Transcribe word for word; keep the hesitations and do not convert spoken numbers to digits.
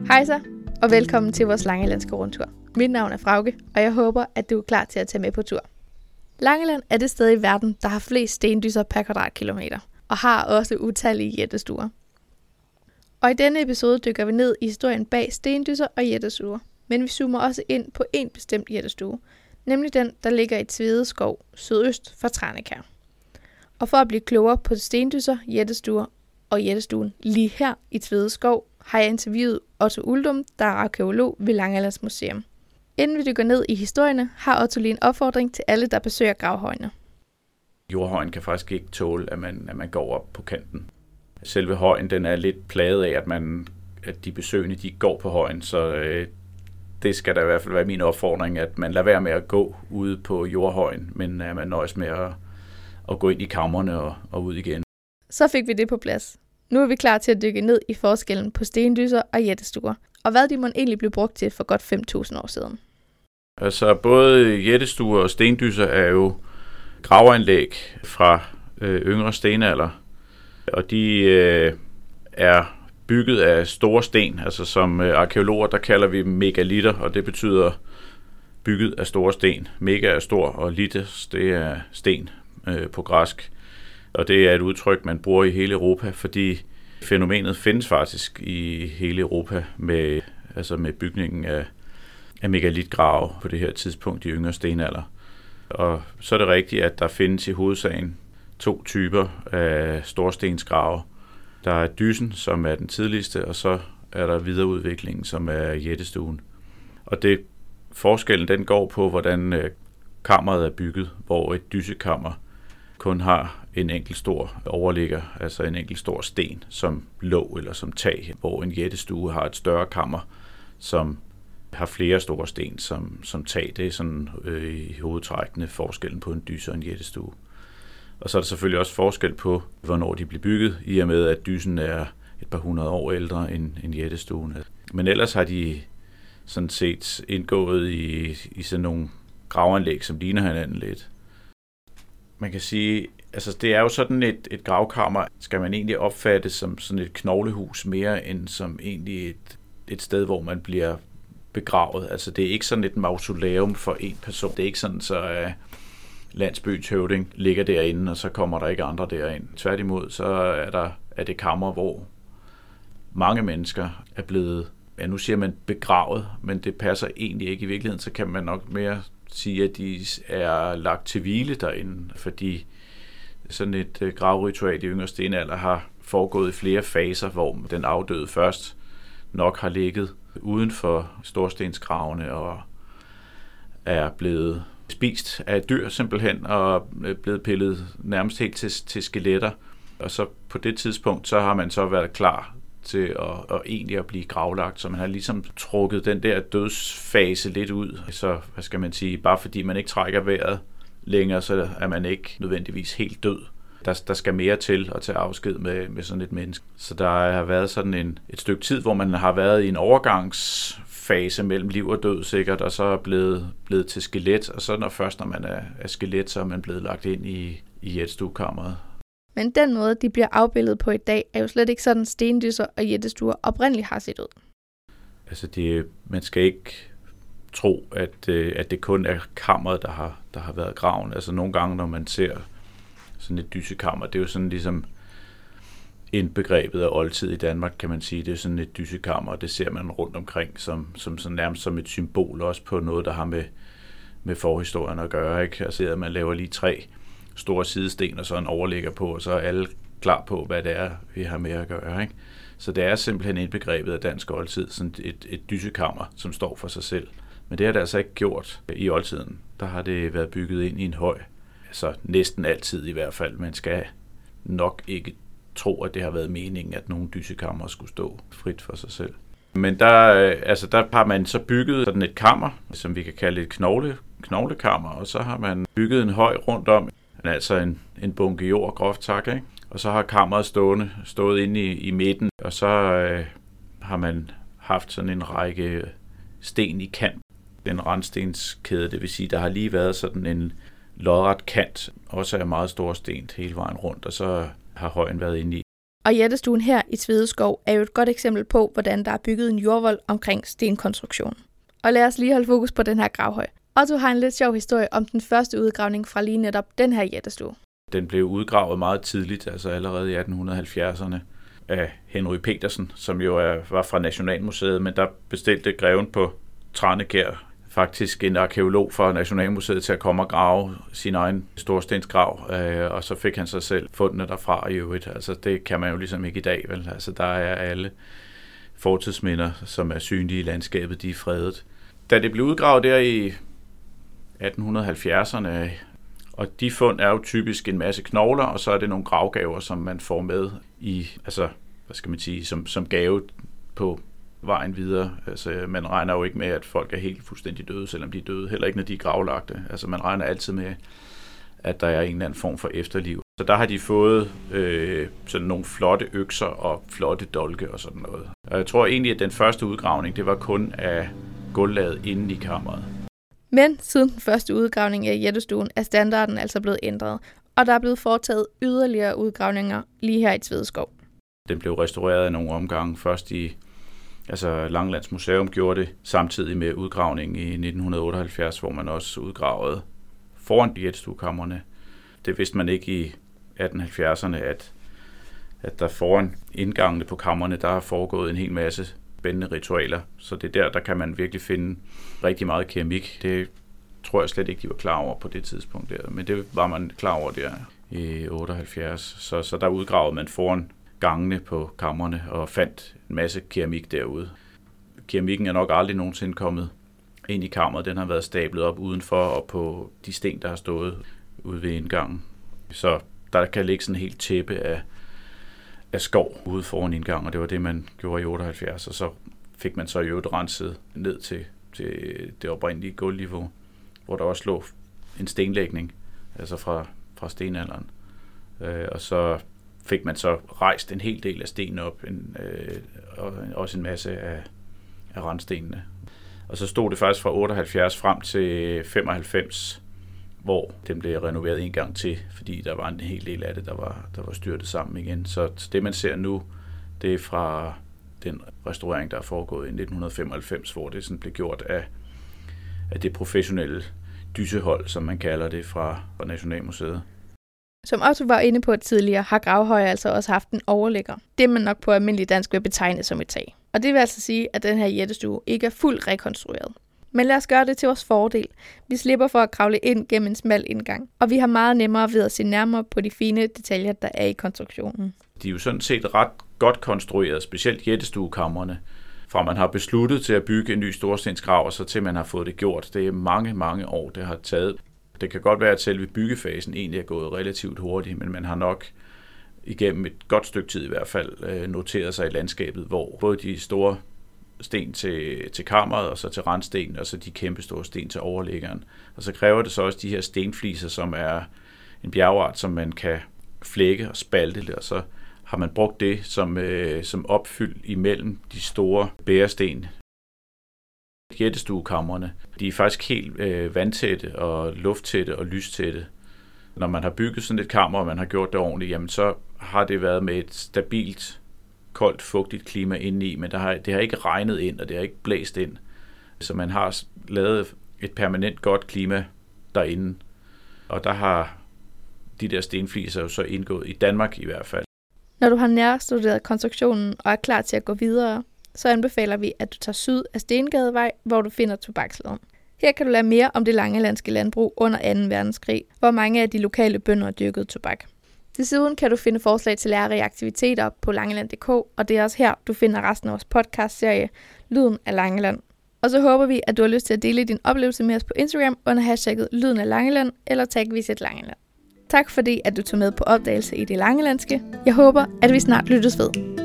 Hej så, og velkommen til vores Langelandske rundtur. Mit navn er Frauke, og jeg håber, at du er klar til at tage med på tur. Langeland er det sted i verden, der har flest stendyser per kvadratkilometer, og har også utallige jættestuer. Og i denne episode dykker vi ned i historien bag stendyser og jættestuer, men vi zoomer også ind på en bestemt jættestue, nemlig den, der ligger i Tvede Skov, sydøst for Tranekær. Og for at blive klogere på stendyser, jættestuer og jættestuen lige her i Tvede Skov, har jeg interviewet Otto Uldum, der er arkæolog ved Langelands Museum. Inden vi dykker ned i historierne, har Otto lige en opfordring til alle, der besøger gravhøjene. Jordhøjen kan faktisk ikke tåle, at man, at man går op på kanten. Selve højen den er lidt plaget af, at, man, at de besøgende de går på højen, så øh, det skal da i hvert fald være min opfordring, at man lader være med at gå ude på jordhøjen, men at man nøjes med at, at gå ind i kammerne og, og ud igen. Så fik vi det på plads. Nu er vi klar til at dykke ned i forskellen på stendyser og jættestuer, og hvad de må egentlig blive brugt til for godt fem tusind år siden. Altså både jættestuer og stendyser er jo gravanlæg fra øh, yngre stenalder, og de øh, er bygget af store sten, altså som øh, arkæologer der kalder vi dem megalitter, og det betyder bygget af store sten. Mega er stor, og lites det er sten øh, på græsk. Og det er et udtryk, man bruger i hele Europa, fordi fænomenet findes faktisk i hele Europa med, altså med bygningen af, af megalitgrave på det her tidspunkt i yngre stenalder. Og så er det rigtigt, at der findes i hovedsagen to typer af storstensgrave. Der er dysen, som er den tidligste, og så er der videreudviklingen, som er jættestuen. Og det forskellen den går på, hvordan kammeret er bygget, hvor et dysekammer kun har en enkelt stor overligger, altså en enkelt stor sten som låg eller som tag, hvor en jættestue har et større kammer, som har flere store sten som, som tag. Det er sådan øh, i hovedtrækkende forskellen på en dyse og en jættestue. Og så er der selvfølgelig også forskel på, hvornår de bliver bygget, i og med at dysen er et par hundrede år ældre end, end jættestuen. Men ellers har de sådan set indgået i, i sådan nogle gravanlæg, som ligner hinanden lidt. Man kan sige, altså det er jo sådan et, et gravkammer, skal man egentlig opfatte som sådan et knoglehus mere end som egentlig et, et sted, hvor man bliver begravet. Altså det er ikke sådan et mausoleum for en person. Det er ikke sådan, så uh, landsbyens høvding ligger derinde, og så kommer der ikke andre derind. Tværtimod, så er der er det kammer, hvor mange mennesker er blevet, ja nu siger man begravet, men det passer egentlig ikke i virkeligheden, så kan man nok mere sige, at de er lagt til hvile derinde, fordi sådan et øh, gravritual i yngre stenalder har foregået i flere faser, hvor den afdøde først nok har ligget uden for storstensgravene og er blevet spist af dyr simpelthen og blevet pillet nærmest helt til, til skeletter. Og så på det tidspunkt, så har man så været klar til at, at egentlig at blive gravlagt, så man har ligesom trukket den der dødsfase lidt ud. Så hvad skal man sige, bare fordi man ikke trækker vejret længere, så er man ikke nødvendigvis helt død. Der, der skal mere til at tage afsked med, med sådan et menneske. Så der har været sådan en, et stykke tid, hvor man har været i en overgangsfase mellem liv og død sikkert, og så er blevet, blevet til skelet, og så når først når man er, er skelet, så er man blevet lagt ind i, i jættestuekammeret. Men den måde, de bliver afbildet på i dag, er jo slet ikke sådan, stendyser og jættestuer oprindeligt har set ud. Altså, det, man skal ikke tro, at, at det kun er kammeret, der har, der har været graven. Altså, nogle gange, når man ser sådan et dysekammer, det er jo sådan ligesom indbegrebet af oldtid i Danmark, kan man sige. Det er sådan et dysekammer, og det ser man rundt omkring som, som sådan nærmest som et symbol også på noget, der har med, med forhistorien at gøre. Ikke? Altså, at man laver lige tre store sidesten, og så en overligger på, og så er alle klar på, hvad det er, vi har med at gøre. Ikke? Så det er simpelthen indbegrebet af dansk oldtid, sådan et, et dysekammer, som står for sig selv. Men det har det altså ikke gjort i oldtiden. Der har det været bygget ind i en høj. Altså næsten altid i hvert fald. Man skal nok ikke tro, at det har været meningen, at nogle dysekammer skulle stå frit for sig selv. Men der, altså der har man så bygget sådan et kammer, som vi kan kalde et knogle, knoglekammer, og så har man bygget en høj rundt om, altså en, en bunke jord, groft sagt, ikke? Og så har kammeret stående, stået inde i, i midten, og så øh, har man haft sådan en række sten i kant. En randstenskæde, det vil sige, der har lige været sådan en lodret kant, også af meget store sten hele vejen rundt, og så har højen været inde i. Og jættestuen her i Tvedeskov er jo et godt eksempel på, hvordan der er bygget en jordvold omkring stenkonstruktionen. Og lad os lige holde fokus på den her gravhøj. Otto har en lidt sjov historie om den første udgravning fra lige netop den her jættestue. Den blev udgravet meget tidligt, altså allerede i atten halvfjerdserne, af Henry Petersen, som jo er, var fra Nationalmuseet, men der bestilte greven på Tranekær faktisk en arkæolog fra Nationalmuseet til at komme og grave sin egen storstensgrav, øh, og så fik han sig selv fundene derfra i øvrigt. Altså det kan man jo ligesom ikke i dag, vel? Altså der er alle fortidsminder, som er synlige i landskabet, de er fredet. Da det blev udgravet der i atten halvfjerdserne, og de fund er jo typisk en masse knogler, og så er det nogle gravgaver, som man får med i, altså, hvad skal man sige, som, som gave på vejen videre. Altså, man regner jo ikke med, at folk er helt fuldstændig døde, selvom de er døde. Heller ikke, når de er gravlagte. Altså, man regner altid med, at der er en eller anden form for efterliv. Så der har de fået øh, sådan nogle flotte økser og flotte dolke og sådan noget. Og jeg tror egentlig, at den første udgravning, det var kun af gulvlaget inde i kammeret. Men siden den første udgravning af jættestuen er standarden altså blevet ændret, og der er blevet foretaget yderligere udgravninger lige her i Tvedeskov. Den blev restaureret af nogle omgange. Først i, altså Langelands Museum gjorde det samtidig med udgravningen i nitten otteoghalvfjerds, hvor man også udgravede foran jættestuekammerne. Det vidste man ikke i atten halvfjerdserne, at, at der foran indgangene på kammerne, der har foregået en hel masse spændende ritualer. Så det er der, der kan man virkelig finde rigtig meget keramik. Det tror jeg slet ikke, de var klar over på det tidspunkt der. Men det var man klar over der i otteoghalvfjerds. Så, så der udgravede man foran gangene på kammerne og fandt en masse keramik derude. Keramikken er nok aldrig nogensinde kommet ind i kammeret. Den har været stablet op udenfor og på de sten, der har stået ude ved indgangen. Så der kan ligge sådan en helt tæppe af af skov ude foran indgang, og det var det, man gjorde i otteoghalvfjerds, og så fik man så i øvrigt renset ned til, til det oprindelige gulvniveau, hvor der også lå en stenlægning, altså fra, fra stenalderen. Øh, og så fik man så rejst en hel del af stenen op, en, øh, og også en masse af, af randstenene. Og så stod det faktisk fra otteoghalvfjerds frem til femoghalvfems, hvor den blev renoveret en gang til, fordi der var en hel del af det, der var, der var styrtet sammen igen. Så det, man ser nu, det er fra den restaurering, der er foregået i nitten femoghalvfems, hvor det sådan blev gjort af, af det professionelle dysehold, som man kalder det, fra, fra Nationalmuseet. Som også var inde på tidligere, har gravhøje altså også haft en overligger. Det man nok på almindelig dansk vil betegne som et tag. Og det vil altså sige, at den her jættestue ikke er fuldt rekonstrueret. Men lad os gøre det til vores fordel. Vi slipper for at kravle ind gennem en smal indgang, og vi har meget nemmere ved at se nærmere på de fine detaljer, der er i konstruktionen. De er jo sådan set ret godt konstrueret, specielt jættestuekammerne, fra man har besluttet til at bygge en ny storstensgrav, og så til man har fået det gjort. Det er mange, mange år, det har taget. Det kan godt være, at selve byggefasen egentlig er gået relativt hurtigt, men man har nok igennem et godt stykke tid i hvert fald noteret sig i landskabet, hvor både de store sten til, til kammeret, og så til randstenen, og så de kæmpe store sten til overliggeren. Og så kræver det så også de her stenfliser, som er en bjergart, som man kan flække og spalte, og så har man brugt det som, øh, som opfyld imellem de store bæresten. Jættestuekammerne, de er faktisk helt øh, vandtætte og lufttætte og lystætte. Når man har bygget sådan et kammer, og man har gjort det ordentligt, jamen så har det været med et stabilt, koldt, fugtigt klima indeni, men der har, det har ikke regnet ind, og det har ikke blæst ind. Så man har lavet et permanent godt klima derinde, og der har de der stenfliser jo så indgået, i Danmark i hvert fald. Når du har nærstuderet konstruktionen og er klar til at gå videre, så anbefaler vi, at du tager syd af Stengadevej, hvor du finder tobaksladen. Her kan du lære mere om det langelandske landbrug under anden verdenskrig, hvor mange af de lokale bønder dyrkede tobak. Desuden kan du finde forslag til lærerige aktiviteter på langeland punktum d k, og det er også her, du finder resten af vores podcastserie, Lyden af Langeland. Og så håber vi, at du har lyst til at dele din oplevelse med os på Instagram under hashtagget Lyden af Langeland eller tag Visit Langeland. Tak fordi, at du tog med på opdagelse i det langelandske. Jeg håber, at vi snart lyttes ved.